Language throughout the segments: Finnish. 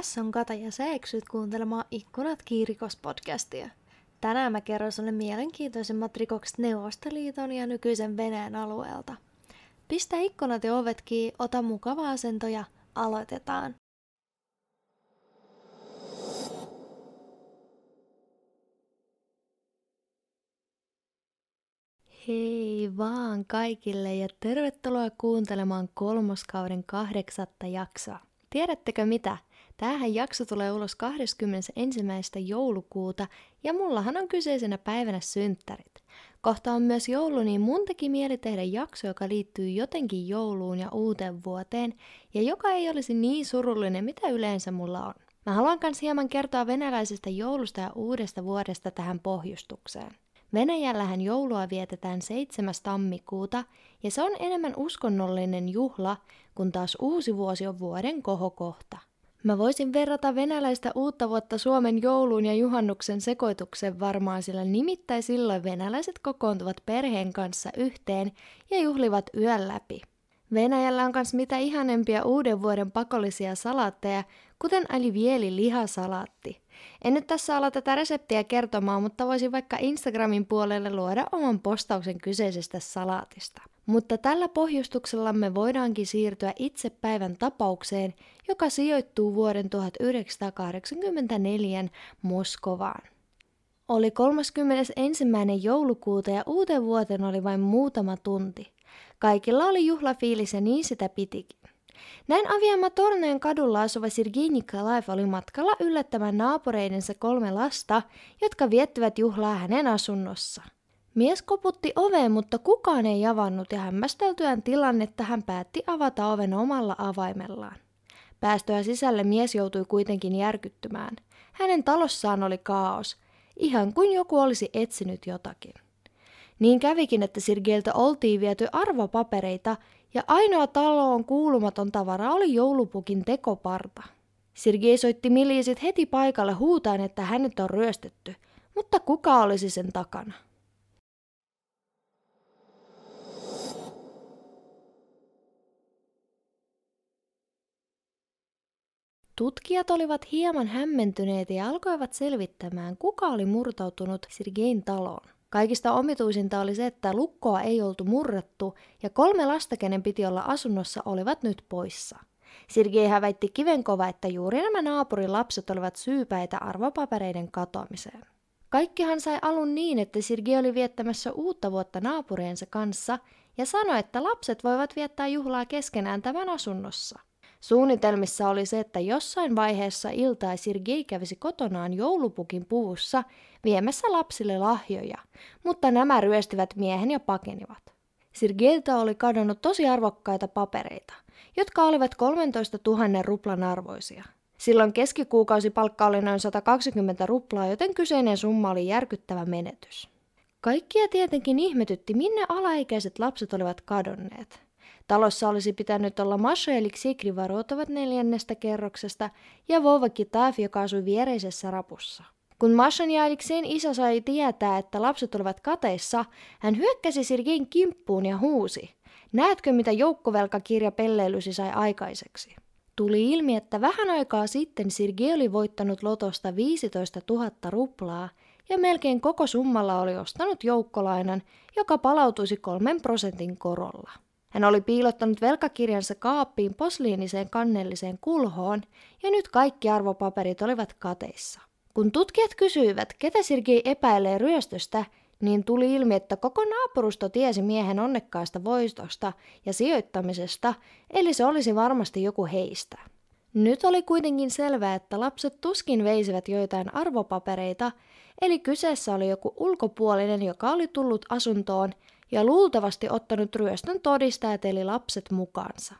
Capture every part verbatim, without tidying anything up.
Tässä on Kata ja sä eksyt kuuntelemaan Ikkunat Kiirikos-podcastia. Tänään mä kerron sulle mielenkiintoisemmat rikokset Neuvostoliiton ja nykyisen Venäjän alueelta. Pistä ikkunat ja ovet kiinni, ota mukava asento ja aloitetaan. Hei vaan kaikille ja tervetuloa kuuntelemaan kolmoskauden kahdeksatta jaksoa. Tiedättekö mitä? Tämähän jakso tulee ulos kahdeskymmenesensimmäinen joulukuuta ja mullahan on kyseisenä päivänä synttärit. Kohta on myös joulu, niin mun teki mieli tehdä jakso, joka liittyy jotenkin jouluun ja uuteen vuoteen ja joka ei olisi niin surullinen, mitä yleensä mulla on. Mä haluan kans hieman kertoa venäläisestä joulusta ja uudesta vuodesta tähän pohjustukseen. Venäjällähän joulua vietetään seitsemäs tammikuuta ja se on enemmän uskonnollinen juhla, kun taas uusi vuosi on vuoden kohokohta. Mä voisin verrata venäläistä uutta vuotta Suomen jouluun ja juhannuksen sekoituksen varmaan, sillä nimittäin silloin venäläiset kokoontuvat perheen kanssa yhteen ja juhlivat yön läpi. Venäjällä on myös mitä ihanempia uuden vuoden pakollisia salaatteja, kuten alivieli lihasalaatti. En nyt tässä ala tätä reseptiä kertomaan, mutta voisin vaikka Instagramin puolelle luoda oman postauksen kyseisestä salaatista. Mutta tällä pohjustuksella me voidaankin siirtyä itse päivän tapaukseen, joka sijoittuu vuoden tuhatyhdeksänsataakahdeksankymmentäneljä Moskovaan. Oli kolmaskymmenesensimmäinen joulukuuta ja uuteen vuoteen oli vain muutama tunti. Kaikilla oli juhlafiilis ja niin sitä pitikin. Näin Aviema Tornojen kadulla asuva Sergei Nikolaev oli matkalla yllättämään naapureidensa kolme lasta, jotka viettivät juhlaa hänen asunnossa. Mies koputti oveen, mutta kukaan ei avannut ja hämmästeltyään tilannetta hän päätti avata oven omalla avaimellaan. Päästöä sisälle mies joutui kuitenkin järkyttymään. Hänen talossaan oli kaos, ihan kuin joku olisi etsinyt jotakin. Niin kävikin, että Sergeiltä oltiin viety arvopapereita ja ainoa taloon kuulumaton tavara oli joulupukin tekoparta. Sergei soitti miliisit heti paikalle huutaen, että hänet on ryöstetty, mutta kuka olisi sen takana? Tutkijat olivat hieman hämmentyneitä ja alkoivat selvittämään, kuka oli murtautunut Sergein taloon. Kaikista omituisinta oli se, että lukkoa ei oltu murrettu ja kolme lasta, kenen piti olla asunnossa, olivat nyt poissa. Sergei väitti kivenkova, että juuri nämä naapurin lapset olivat syypäitä arvopapereiden katoamiseen. Kaikkihan sai alun niin, että Sergei oli viettämässä uutta vuotta naapuriensa kanssa ja sanoi, että lapset voivat viettää juhlaa keskenään tämän asunnossa. Suunnitelmissa oli se, että jossain vaiheessa iltaa Sergei kävisi kotonaan joulupukin puvussa viemässä lapsille lahjoja, mutta nämä ryöstivät miehen ja pakenivat. Sergeiltä oli kadonnut tosi arvokkaita papereita, jotka olivat kolmentoista tuhannen ruplan arvoisia. Silloin keskikuukausipalkka oli noin sata kaksikymmentä ruplaa, joten kyseinen summa oli järkyttävä menetys. Kaikkia tietenkin ihmetytti, minne alaikäiset lapset olivat kadonneet. Talossa olisi pitänyt olla Masha eli Sigri varoittavat neljännestä kerroksesta ja vouva Kitaev, joka asui viereisessä rapussa. Kun Mashan ja Aleksein isä sai tietää, että lapset olivat kateissa, hän hyökkäsi Sergein kimppuun ja huusi: "Näetkö, mitä joukkovelkakirja pelleilysi sai aikaiseksi?" Tuli ilmi, että vähän aikaa sitten Sergei oli voittanut lotosta viisitoista tuhatta ruplaa ja melkein koko summalla oli ostanut joukkolainan, joka palautuisi kolmen prosentin korolla. Hän oli piilottanut velkakirjansa kaappiin posliiniseen kannelliseen kulhoon ja nyt kaikki arvopaperit olivat kateissa. Kun tutkijat kysyivät, ketä Sergei epäilee ryöstöstä, niin tuli ilmi, että koko naapurusto tiesi miehen onnekkaasta voitosta ja sijoittamisesta, eli se olisi varmasti joku heistä. Nyt oli kuitenkin selvää, että lapset tuskin veisivät joitain arvopapereita, eli kyseessä oli joku ulkopuolinen, joka oli tullut asuntoon ja luultavasti ottanut ryöstön todistajat eli lapset mukaansa.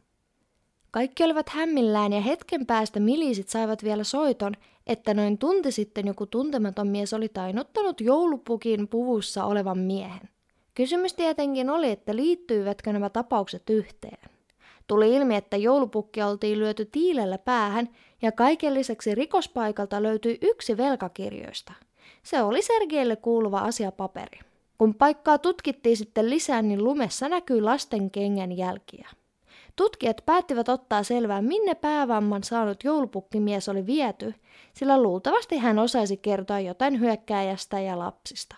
Kaikki olivat hämmillään ja hetken päästä miliisit saivat vielä soiton, että noin tunti sitten joku tuntematon mies oli tainnuttanut joulupukin puvussa olevan miehen. Kysymys tietenkin oli, että liittyivätkö nämä tapaukset yhteen. Tuli ilmi, että joulupukki oltiin lyöty tiilellä päähän ja kaiken lisäksi rikospaikalta löytyi yksi velkakirjoista. Se oli Sergeille kuuluva asiapaperi. Kun paikkaa tutkittiin sitten lisää, niin lumessa näkyi lasten kengän jälkiä. Tutkijat päättivät ottaa selvää, minne päävamman saanut joulupukkimies oli viety, sillä luultavasti hän osaisi kertoa jotain hyökkääjästä ja lapsista.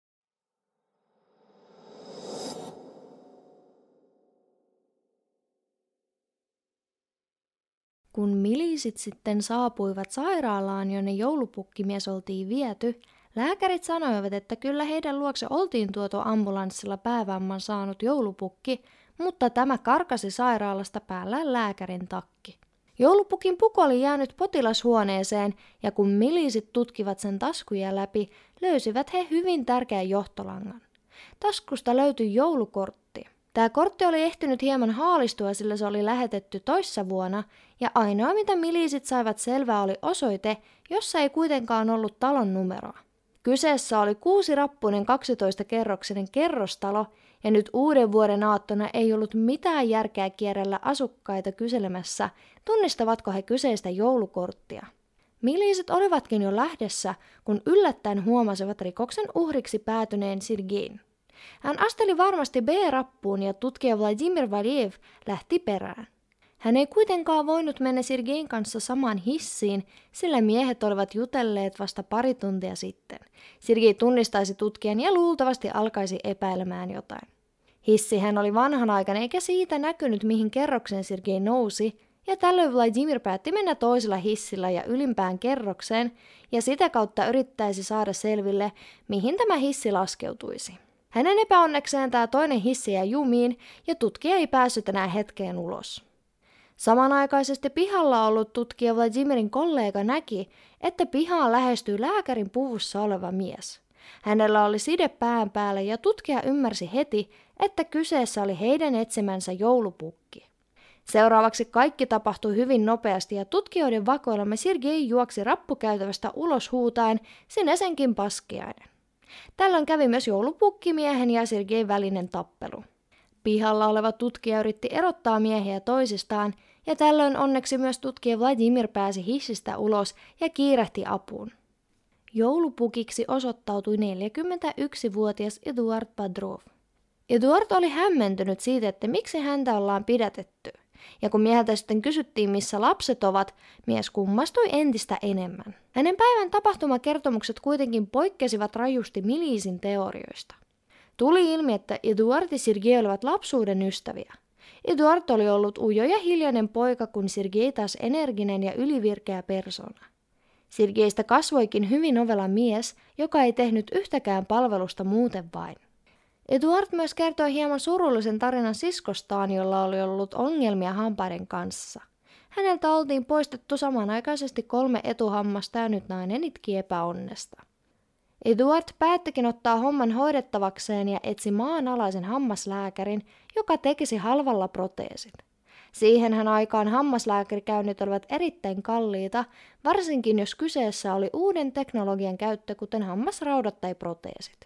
Kun miliisit sitten saapuivat sairaalaan, jonne joulupukkimies oltiin viety, lääkärit sanoivat, että kyllä heidän luokse oltiin tuotu ambulanssilla päävamman saanut joulupukki, mutta tämä karkasi sairaalasta päällään lääkärin takki. Joulupukin puku oli jäänyt potilashuoneeseen, ja kun miliisit tutkivat sen taskuja läpi, löysivät he hyvin tärkeän johtolangan. Taskusta löytyi joulukortti. Tämä kortti oli ehtinyt hieman haalistua, sillä se oli lähetetty toissa vuonna, ja ainoa mitä miliisit saivat selvää oli osoite, jossa ei kuitenkaan ollut talon numeroa. Kyseessä oli kuusirappuinen kaksitoistakerroksinen kerrostalo, ja nyt uuden vuoden aattona ei ollut mitään järkeä kierrellä asukkaita kyselemässä, tunnistavatko he kyseistä joulukorttia. Miliisit olivatkin jo lähdössä, kun yllättäen huomasivat rikoksen uhriksi päätyneen Sergein. Hän asteli varmasti B-rappuun ja tutkija Vladimir Valiev lähti perään. Hän ei kuitenkaan voinut mennä Sergein kanssa samaan hissiin, sillä miehet olivat jutelleet vasta pari tuntia sitten. Sergei tunnistaisi tutkijan ja luultavasti alkaisi epäilemään jotain. Hissihän oli vanhanaikainen eikä siitä näkynyt mihin kerrokseen Sergei nousi, ja tällöin Vladimir päätti mennä toisella hissillä ja ylimpään kerrokseen, ja sitä kautta yrittäisi saada selville, mihin tämä hissi laskeutuisi. Hänen epäonnekseen tämä toinen hissi jäi jumiin, ja tutkija ei päässyt enää hetkeen ulos. Samanaikaisesti pihalla ollut tutkija Vladimirin kollega näki, että pihaan lähestyi lääkärin puvussa oleva mies. Hänellä oli side pään päällä ja tutkija ymmärsi heti, että kyseessä oli heidän etsimänsä joulupukki. Seuraavaksi kaikki tapahtui hyvin nopeasti ja tutkijoiden vakoilema Sergei juoksi rappukäytävästä ulos huutaen sinne senkin paskiainen. Tällöin kävi myös joulupukkimiehen ja Sergein välinen tappelu. Pihalla oleva tutkija yritti erottaa miehiä toisistaan, ja tällöin onneksi myös tutkija Vladimir pääsi hissistä ulos ja kiirehti apuun. Joulupukiksi osoittautui neljäkymmentäyksivuotias Eduard Padrov. Eduard oli hämmentynyt siitä, että miksi häntä ollaan pidätetty, ja kun mieheltä sitten kysyttiin, missä lapset ovat, mies kummastui entistä enemmän. Hänen päivän tapahtumakertomukset kuitenkin poikkesivat rajusti miliisin teorioista. Tuli ilmi, että Eduard ja Sergei olivat lapsuuden ystäviä. Eduard oli ollut ujo ja hiljainen poika, kun Sergei taas energinen ja ylivirkeä persona. Sergeistä kasvoikin hyvin ovela mies, joka ei tehnyt yhtäkään palvelusta muuten vain. Eduard myös kertoi hieman surullisen tarinan siskostaan, jolla oli ollut ongelmia hampaiden kanssa. Häneltä oltiin poistettu samanaikaisesti kolme etuhammasta ja nyt nainen itki epäonnesta. Eduard päättikin ottaa homman hoidettavakseen ja etsi maanalaisen hammaslääkärin, joka tekisi halvalla proteesit. Siihenhän aikaan hammaslääkärikäynnit olivat erittäin kalliita, varsinkin jos kyseessä oli uuden teknologian käyttö, kuten hammasraudat tai proteesit.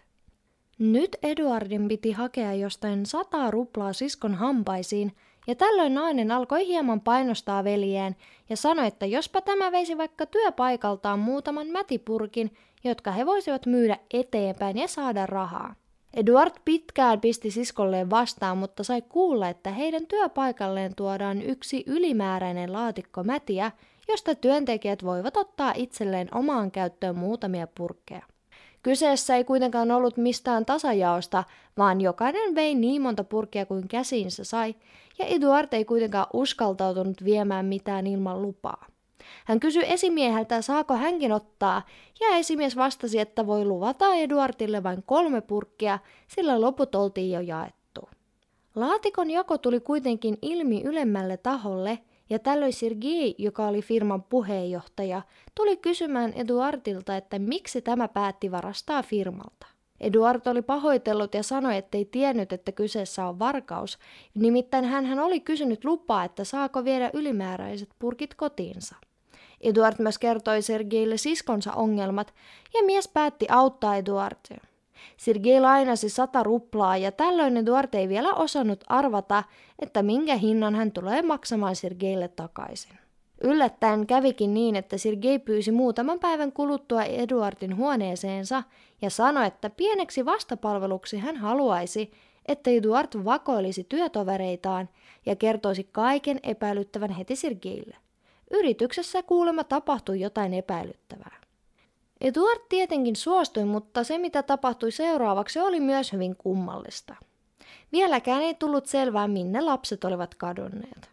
Nyt Eduardin piti hakea jostain sataa ruplaa siskon hampaisiin, ja tällöin nainen alkoi hieman painostaa veljeen ja sanoi, että jospa tämä veisi vaikka työpaikaltaan muutaman mätipurkin, jotka he voisivat myydä eteenpäin ja saada rahaa. Eduard pitkään pisti siskolleen vastaan, mutta sai kuulla, että heidän työpaikalleen tuodaan yksi ylimääräinen laatikko mätiä, josta työntekijät voivat ottaa itselleen omaan käyttöön muutamia purkkeja. Kyseessä ei kuitenkaan ollut mistään tasajaosta, vaan jokainen vei niin monta purkkia kuin käsiinsä sai, ja Eduard ei kuitenkaan uskaltautunut viemään mitään ilman lupaa. Hän kysyi esimieheltä, saako hänkin ottaa, ja esimies vastasi, että voi luvata Eduardille vain kolme purkkia, sillä loput oltiin jo jaettu. Laatikon jako tuli kuitenkin ilmi ylemmälle taholle, ja tällöin Sergei, joka oli firman puheenjohtaja, tuli kysymään Eduardilta, että miksi tämä päätti varastaa firmalta. Eduard oli pahoitellut ja sanoi, ettei tiennyt, että kyseessä on varkaus, nimittäin hän oli kysynyt lupaa, että saako viedä ylimääräiset purkit kotiinsa. Eduard myös kertoi Sergeille siskonsa ongelmat, ja mies päätti auttaa Eduardia. Sergei lainasi sata ruplaa, ja tällöin Eduard ei vielä osannut arvata, että minkä hinnan hän tulee maksamaan Sergeille takaisin. Yllättäen kävikin niin, että Sergei pyysi muutaman päivän kuluttua Eduardin huoneeseensa ja sanoi, että pieneksi vastapalveluksi hän haluaisi, että Eduard vakoilisi työtovereitaan ja kertoisi kaiken epäilyttävän heti Sergeille. Yrityksessä kuulemma tapahtui jotain epäilyttävää. Eduard tietenkin suostui, mutta se mitä tapahtui seuraavaksi oli myös hyvin kummallista. Vieläkään ei tullut selvää, minne lapset olivat kadonneet.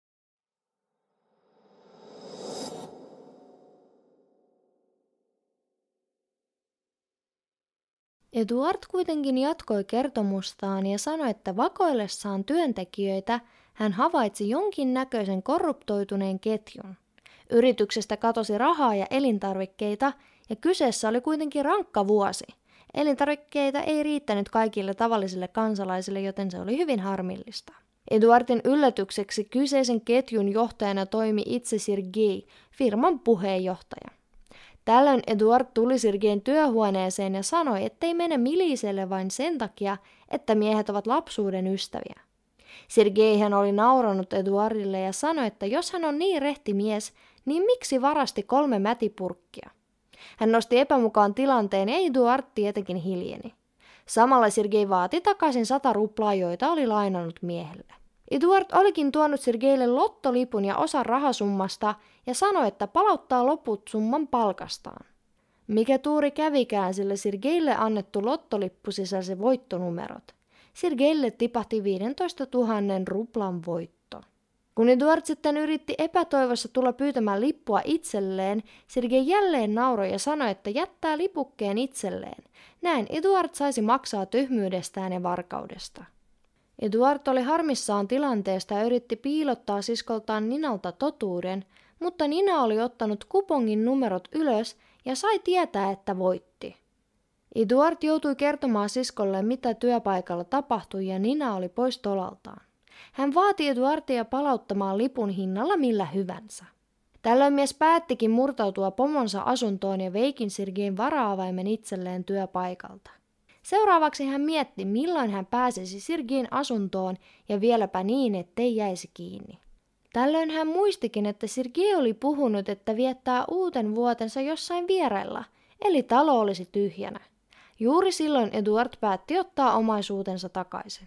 Eduard kuitenkin jatkoi kertomustaan ja sanoi, että vakoillessaan työntekijöitä hän havaitsi jonkin näköisen korruptoituneen ketjun. Yrityksestä katosi rahaa ja elintarvikkeita ja kyseessä oli kuitenkin rankka vuosi. Elintarvikkeita ei riittänyt kaikille tavallisille kansalaisille, joten se oli hyvin harmillista. Eduardin yllätykseksi kyseisen ketjun johtajana toimi itse Sergei, firman puheenjohtaja. Tällöin Eduard tuli Sergein työhuoneeseen ja sanoi, ettei mene miliselle vain sen takia, että miehet ovat lapsuuden ystäviä. Sergei hän oli nauranut Eduardille ja sanoi, että jos hän on niin rehti mies, niin miksi varasti kolme mätipurkkia? Hän nosti epämukaan tilanteen ja Eduard tietenkin hiljeni. Samalla Sergei vaati takaisin sata ruplaa, joita oli lainannut miehelle. Eduard olikin tuonut Sergeille lottolipun ja osan rahasummasta ja sanoi, että palauttaa loput summan palkastaan. Mikä tuuri kävikään, sillä Sergeille annettu lottolippu sisälsi voittonumerot. Sergeille tipahti viisitoista tuhatta ruplan voitto. Kun Eduard sitten yritti epätoivossa tulla pyytämään lippua itselleen, Sergei jälleen nauroi ja sanoi, että jättää lipukkeen itselleen. Näin Eduard saisi maksaa tyhmyydestään ja varkaudesta. Eduard oli harmissaan tilanteesta ja yritti piilottaa siskoltaan Ninalta totuuden, mutta Nina oli ottanut kupongin numerot ylös ja sai tietää, että voitti. Eduard joutui kertomaan siskolle, mitä työpaikalla tapahtui ja Nina oli pois tolaltaan. Hän vaati Eduardia palauttamaan lipun hinnalla millä hyvänsä. Tällöin mies päättikin murtautua pomonsa asuntoon ja veikin Sergein vara-avaimen itselleen työpaikalta. Seuraavaksi hän mietti, milloin hän pääsisi Sergein asuntoon ja vieläpä niin, ettei jäisi kiinni. Tällöin hän muistikin, että Sergei oli puhunut, että viettää uuten vuotensa jossain vierellä, eli talo olisi tyhjänä. Juuri silloin Eduard päätti ottaa omaisuutensa takaisin.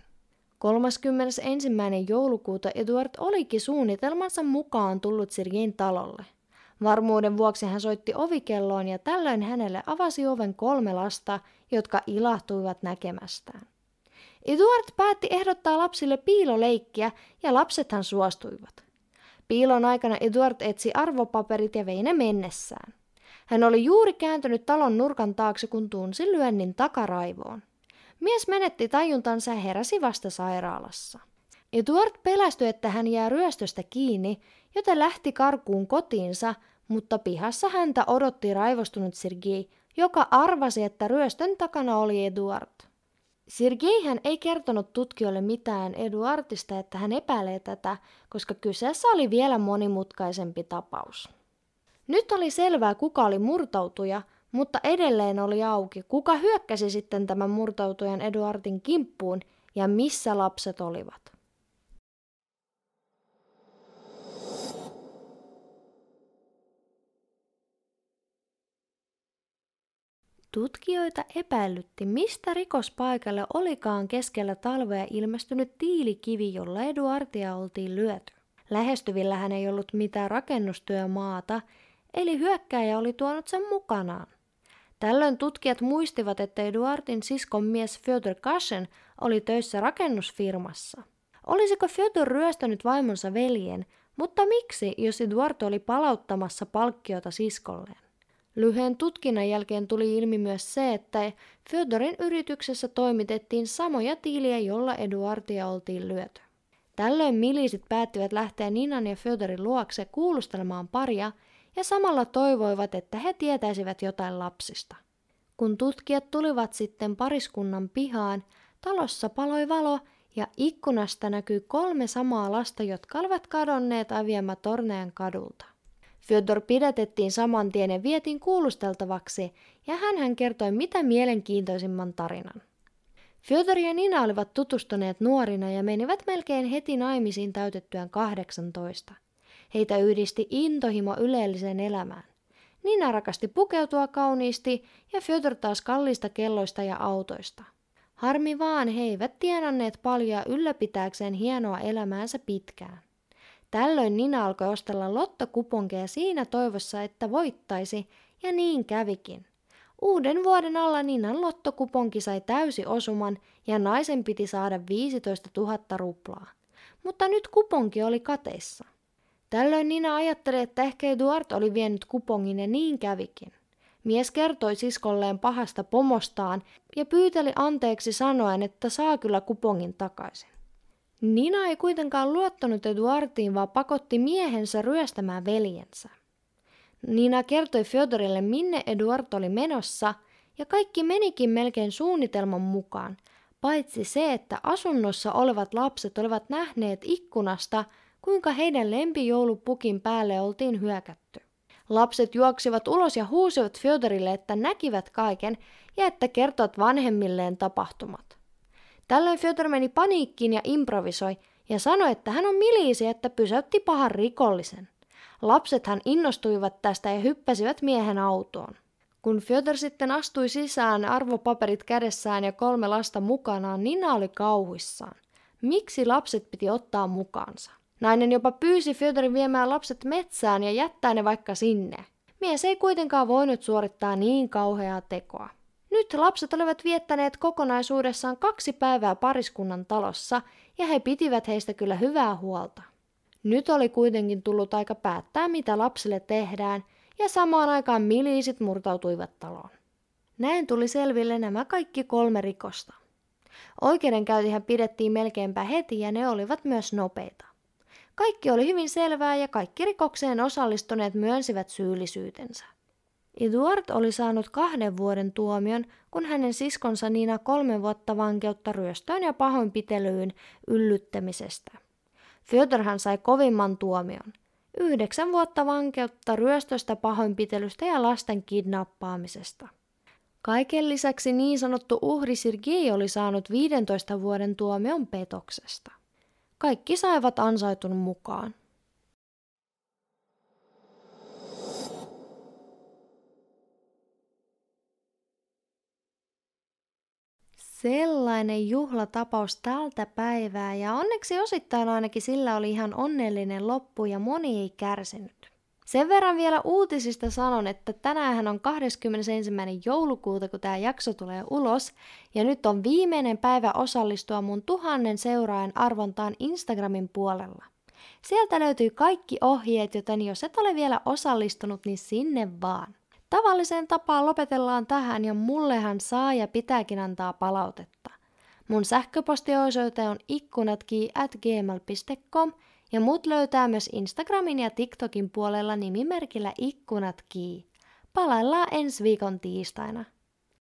kolmaskymmenesensimmäinen joulukuuta Eduard olikin suunnitelmansa mukaan tullut Sergein talolle. Varmuuden vuoksi hän soitti ovikelloon ja tällöin hänelle avasi oven kolme lasta, jotka ilahtuivat näkemästään. Eduard päätti ehdottaa lapsille piiloleikkiä ja lapsethan suostuivat. Piilon aikana Eduard etsi arvopaperit ja vei ne mennessään. Hän oli juuri kääntynyt talon nurkan taakse, kun tunsi lyönnin takaraivoon. Mies menetti tajuntansa ja heräsi vasta sairaalassa. Eduard pelästyi, että hän jää ryöstöstä kiinni, joten lähti karkuun kotiinsa, mutta pihassa häntä odotti raivostunut Sergei, joka arvasi, että ryöstön takana oli Eduard. Sergei hän ei kertonut tutkijoille mitään Eduardista, että hän epäilee tätä, koska kyseessä oli vielä monimutkaisempi tapaus. Nyt oli selvää, kuka oli murtautuja, mutta edelleen oli auki, kuka hyökkäsi sitten tämän murtautujan Eduardin kimppuun ja missä lapset olivat. Tutkijoita epäilytti, mistä rikospaikalle olikaan keskellä talvea ilmestynyt tiilikivi, jolla Eduardia oltiin lyöty. Lähestyvillähän ei ollut mitään rakennustyömaata, eli hyökkääjä oli tuonut sen mukanaan. Tällöin tutkijat muistivat, että Eduardin siskon mies Fjodor Kashen oli töissä rakennusfirmassa. Olisiko Fjodor ryöstänyt vaimonsa veljen, mutta miksi, jos Eduard oli palauttamassa palkkiota siskolleen? Lyhyen tutkinnan jälkeen tuli ilmi myös se, että Fjodorin yrityksessä toimitettiin samoja tiiliä, jolla Eduardia oltiin lyöty. Tällöin milisit päättivät lähteä Ninan ja Fjodorin luokse kuulustelemaan paria ja samalla toivoivat, että he tietäisivät jotain lapsista. Kun tutkijat tulivat sitten pariskunnan pihaan, talossa paloi valo ja ikkunasta näkyi kolme samaa lasta, jotka olivat kadonneet Aviema Tornean kadulta. Fjodor pidätettiin saman tien ja vietiin kuulusteltavaksi, ja hän kertoi mitä mielenkiintoisimman tarinan. Fjodor ja Nina olivat tutustuneet nuorina ja menivät melkein heti naimisiin täytettyään kahdeksantoista. Heitä yhdisti intohimo ylelliseen elämään. Nina rakasti pukeutua kauniisti ja Fjodor taas kalliista kelloista ja autoista. Harmi vaan, he eivät tienanneet paljon ylläpitääkseen hienoa elämäänsä pitkään. Tällöin Nina alkoi ostella lottokuponkeja siinä toivossa, että voittaisi, ja niin kävikin. Uuden vuoden alla Ninan lottokuponki sai täysi osuman ja naisen piti saada viisitoista tuhatta ruplaa. Mutta nyt kuponki oli kateissa. Tällöin Nina ajatteli, että ehkä Eduard oli vienyt kupongin ja niin kävikin. Mies kertoi siskolleen pahasta pomostaan ja pyyteli anteeksi sanoen, että saa kyllä kupongin takaisin. Nina ei kuitenkaan luottanut Eduardiin, vaan pakotti miehensä ryöstämään veljensä. Nina kertoi Fjodorille, minne Eduard oli menossa, ja kaikki menikin melkein suunnitelman mukaan, paitsi se, että asunnossa olevat lapset olivat nähneet ikkunasta, kuinka heidän lempijoulupukin päälle oltiin hyökätty. Lapset juoksivat ulos ja huusivat Fjodorille, että näkivät kaiken ja että kertovat vanhemmilleen tapahtumat. Tällöin Fjodor meni paniikkiin ja improvisoi ja sanoi, että hän on miliisi, että pysäytti pahan rikollisen. Lapsethan innostuivat tästä ja hyppäsivät miehen autoon. Kun Fjodor sitten astui sisään arvopaperit kädessään ja kolme lasta mukanaan, Nina oli kauhuissaan. Miksi lapset piti ottaa mukaansa? Nainen jopa pyysi Fjodorin viemään lapset metsään ja jättää ne vaikka sinne. Mies ei kuitenkaan voinut suorittaa niin kauheaa tekoa. Nyt lapset olivat viettäneet kokonaisuudessaan kaksi päivää pariskunnan talossa ja he pitivät heistä kyllä hyvää huolta. Nyt oli kuitenkin tullut aika päättää, mitä lapsille tehdään, ja samaan aikaan miliisit murtautuivat taloon. Näin tuli selville nämä kaikki kolme rikosta. Oikeudenkäyntihän pidettiin melkeinpä heti ja ne olivat myös nopeita. Kaikki oli hyvin selvää ja kaikki rikokseen osallistuneet myönsivät syyllisyytensä. Eduard oli saanut kahden vuoden tuomion, kun hänen siskonsa Nina kolme vuotta vankeutta ryöstöön ja pahoinpitelyyn yllyttämisestä. Fjodorhan sai kovimman tuomion. Yhdeksän vuotta vankeutta ryöstöstä, pahoinpitelystä ja lasten kidnappaamisesta. Kaiken lisäksi niin sanottu uhri Sergei oli saanut viidentoista vuoden tuomion petoksesta. Kaikki saivat ansaitun mukaan. Sellainen juhlatapaus tältä päivää ja onneksi osittain ainakin sillä oli ihan onnellinen loppu ja moni ei kärsinyt. Sen verran vielä uutisista sanon, että tänään on kahdeskymmenesensimmäinen joulukuuta, kun tämä jakso tulee ulos, ja nyt on viimeinen päivä osallistua mun tuhannen seuraajan arvontaan Instagramin puolella. Sieltä löytyy kaikki ohjeet, joten jos et ole vielä osallistunut, niin sinne vaan. Tavalliseen tapaan lopetellaan tähän ja mullehan saa ja pitääkin antaa palautetta. Mun sähköpostiosoite on ikkunatki at gmail piste com ja mut löytää myös Instagramin ja TikTokin puolella nimimerkillä ikkunatki. Palaillaan ensi viikon tiistaina.